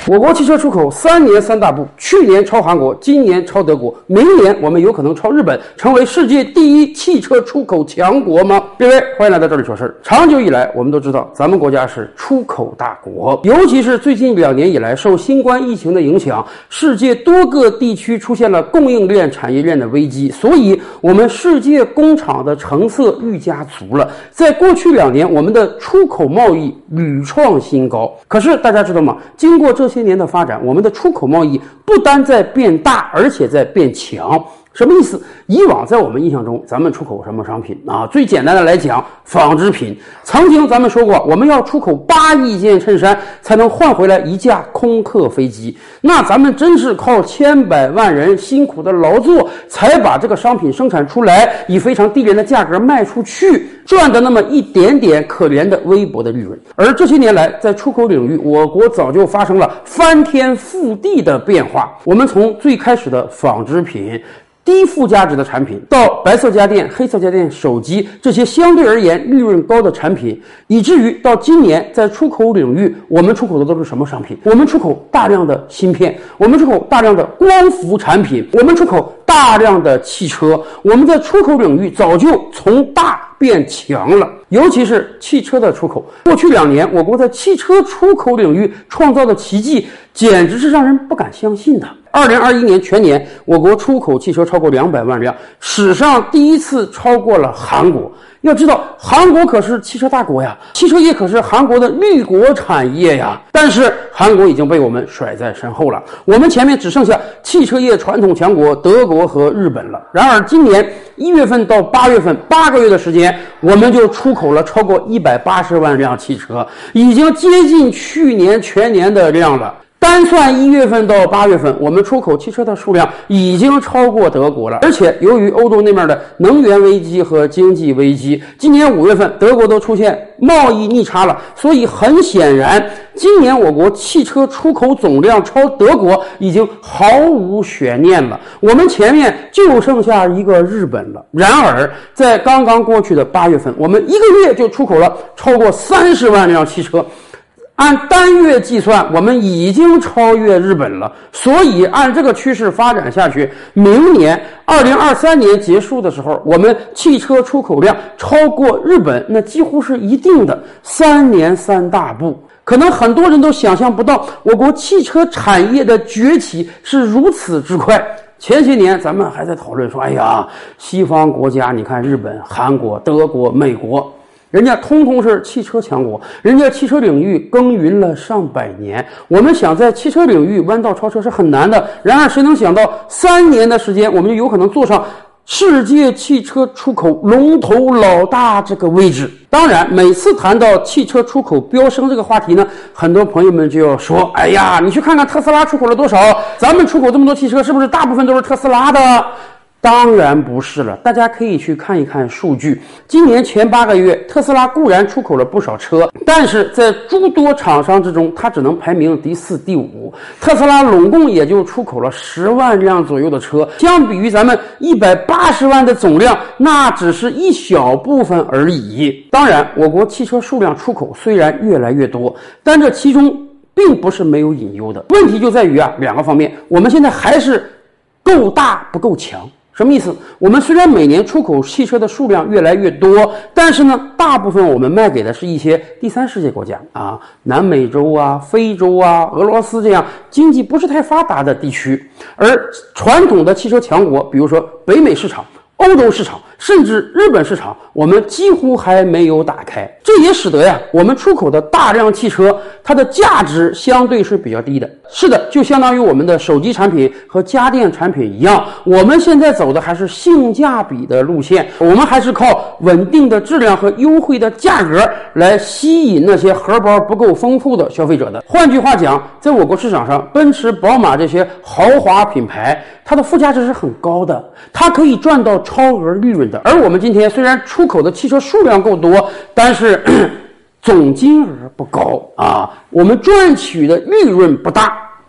我国汽车出口3年3大步，去年超韩国，今年超德国，明年我们有可能超日本，成为世界第一汽车出口强国吗？各位，欢迎来到这里说事儿。长久以来，我们都知道咱们国家是出口大国，尤其是最近2年以来，受新冠疫情的影响，世界多个地区出现了供应链、产业链的危机，所以我们世界工厂的成色愈加足了。在过去2年，我们的出口贸易屡创新高。可是大家知道吗？经过这些年的发展，我们的出口贸易不单在变大，而且在变强。什么意思？以往在我们印象中，咱们出口什么商品啊？最简单的来讲，纺织品。曾经咱们说过，我们要出口8亿件衬衫，才能换回来1架空客飞机。那咱们真是靠千百万人辛苦的劳作，才把这个商品生产出来，以非常低廉的价格卖出去，赚的那么一点点可怜的微薄的利润。而这些年来，在出口领域，我国早就发生了翻天覆地的变化。我们从最开始的纺织品、低附加值的产品，到白色家电、黑色家电、手机这些相对而言利润高的产品，以至于到今年在出口领域，我们出口的都是什么商品？我们出口大量的芯片，我们出口大量的光伏产品，我们出口大量的汽车。我们在出口领域早就从大变强了，尤其是汽车的出口。过去2年，我国在汽车出口领域创造的奇迹，简直是让人不敢相信的。2021年全年，我国出口汽车超过200万辆，史上第一次超过了韩国。要知道，韩国可是汽车大国呀，汽车业可是韩国的绿国产业呀。但是韩国已经被我们甩在身后了，我们前面只剩下汽车业传统强国德国和日本了。然而今年1月份到8月份8个月的时间，我们就出口了超过180万辆汽车，已经接近去年全年的量了。单算1月份到8月份，我们出口汽车的数量已经超过德国了。而且由于欧洲那边的能源危机和经济危机，今年5月份德国都出现贸易逆差了，所以很显然，今年我国汽车出口总量超德国已经毫无悬念了。我们前面就剩下一个日本了。然而在刚刚过去的8月份，我们1个月就出口了超过30万辆汽车。按单月计算，我们已经超越日本了。所以按这个趋势发展下去，明年2023年结束的时候，我们汽车出口量超过日本，那几乎是一定的。3年3大步。可能很多人都想象不到，我国汽车产业的崛起是如此之快。前些年咱们还在讨论说，哎呀，西方国家，你看日本、韩国、德国、美国，人家通通是汽车强国，人家汽车领域耕耘了上百年。我们想在汽车领域弯道超车是很难的。然而谁能想到3年的时间，我们就有可能坐上世界汽车出口龙头老大这个位置。当然，每次谈到汽车出口飙升这个话题呢，很多朋友们就要说，哎呀，你去看看特斯拉出口了多少，咱们出口这么多汽车，是不是大部分都是特斯拉的？当然不是了，大家可以去看一看数据。今年前8个月，特斯拉固然出口了不少车，但是在诸多厂商之中，它只能排名第4、第5。特斯拉拢共也就出口了10万辆左右的车，相比于咱们180万的总量，那只是一小部分而已。当然，我国汽车数量出口虽然越来越多，但这其中并不是没有隐忧的。问题就在于2个方面，我们现在还是够大不够强。什么意思？我们虽然每年出口汽车的数量越来越多，但是呢，大部分我们卖给的是一些第3世界国家啊，南美洲啊、非洲啊、俄罗斯这样经济不是太发达的地区。而传统的汽车强国，比如说北美市场、欧洲市场，甚至日本市场，我们几乎还没有打开。这也使得我们出口的大量汽车，它的价值相对是比较低的。是的，就相当于我们的手机产品和家电产品一样，我们现在走的还是性价比的路线，我们还是靠稳定的质量和优惠的价格来吸引那些荷包不够丰富的消费者的。换句话讲，在我国市场上，奔驰、宝马这些豪华品牌，它的附加值是很高的，它可以赚到超额利润的。而我们今天虽然出口的汽车数量够多，但是总金额不高啊，我们赚取的利润不大。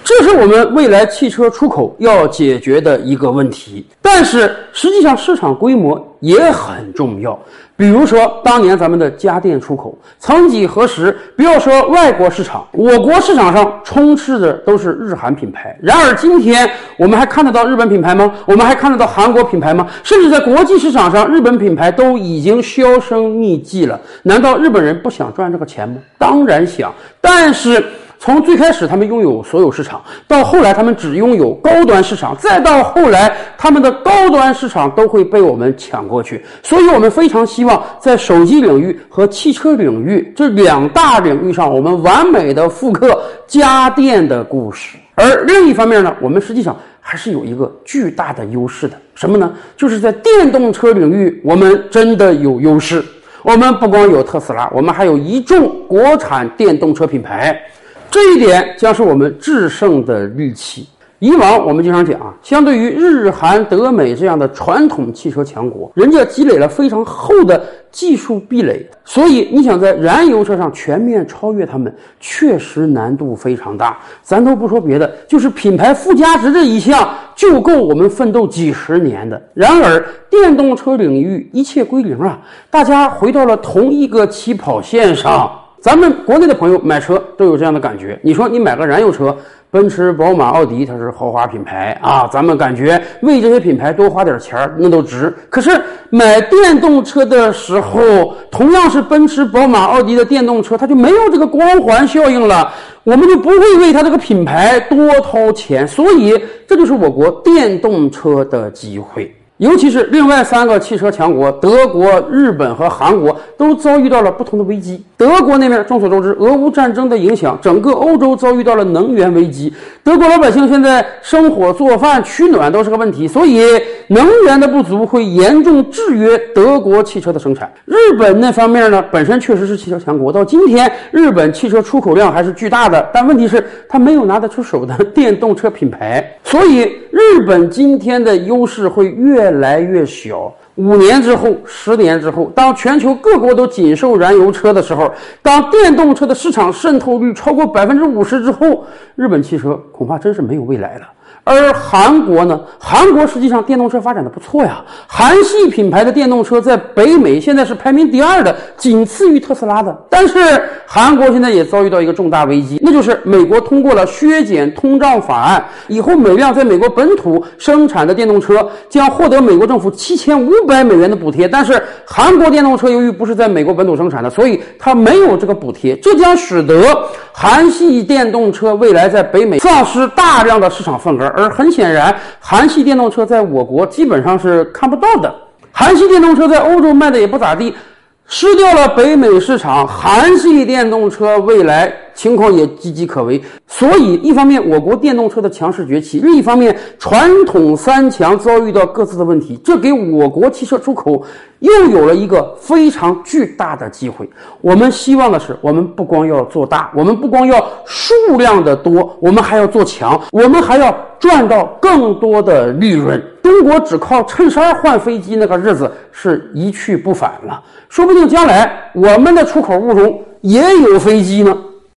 这是我们未来汽车出口要解决的一个问题。但是实际上市场规模也很重要。比如说当年咱们的家电出口，曾几何时，不要说外国市场，我国市场上充斥着都是日韩品牌。然而今天我们还看得到日本品牌吗？我们还看得到韩国品牌吗？甚至在国际市场上，日本品牌都已经销声匿迹了。难道日本人不想赚这个钱吗？当然想，但是从最开始他们拥有所有市场，到后来他们只拥有高端市场，再到后来他们的高端市场都会被我们抢过去。所以我们非常希望在手机领域和汽车领域这两大领域上，我们完美的复刻家电的故事。而另一方面呢，我们实际上还是有一个巨大的优势的。什么呢？就是在电动车领域我们真的有优势。我们不光有特斯拉，我们还有一众国产电动车品牌，这一点将是我们制胜的利器。以往我们经常讲啊，相对于日韩德美这样的传统汽车强国，人家积累了非常厚的技术壁垒，所以你想在燃油车上全面超越他们，确实难度非常大。咱都不说别的，就是品牌附加值这一项就够我们奋斗几十年的。然而电动车领域一切归零啊，大家回到了同一个起跑线上。咱们国内的朋友买车都有这样的感觉，你说你买个燃油车，奔驰、宝马、奥迪它是豪华品牌啊，咱们感觉为这些品牌多花点钱那都值。可是买电动车的时候，同样是奔驰、宝马、奥迪的电动车，它就没有这个光环效应了，我们就不会为它这个品牌多掏钱。所以这就是我国电动车的机会。尤其是另外三个汽车强国德国、日本和韩国都遭遇到了不同的危机。德国那边众所周知，俄乌战争的影响，整个欧洲遭遇到了能源危机。德国老百姓现在生火做饭取暖都是个问题，所以能源的不足会严重制约德国汽车的生产。日本那方面呢，本身确实是汽车强国，到今天日本汽车出口量还是巨大的，但问题是它没有拿得出手的电动车品牌，所以日本今天的优势会越来越小。5年之后、10年之后，当全球各国都仅售燃油车的时候，当电动车的市场渗透率超过50%之后，日本汽车恐怕真是没有未来了。而韩国呢？韩国实际上电动车发展的不错呀，韩系品牌的电动车在北美现在是排名第2的，仅次于特斯拉的。但是韩国现在也遭遇到一个重大危机，那就是美国通过了削减通胀法案，以后每辆在美国本土生产的电动车将获得美国政府$7500的补贴。但是韩国电动车由于不是在美国本土生产的，所以它没有这个补贴，这将使得韩系电动车未来在北美丧失大量的市场份额。而很显然，韩系电动车在我国基本上是看不到的。韩系电动车在欧洲卖的也不咋地，失掉了北美市场，韩系电动车未来情况也岌岌可危。所以一方面我国电动车的强势崛起，另一方面传统三强遭遇到各自的问题，这给我国汽车出口又有了一个非常巨大的机会。我们希望的是，我们不光要做大，我们不光要数量的多，我们还要做强，我们还要赚到更多的利润。中国只靠衬衫换飞机那个日子是一去不返了，说不定将来我们的出口物中也有飞机呢。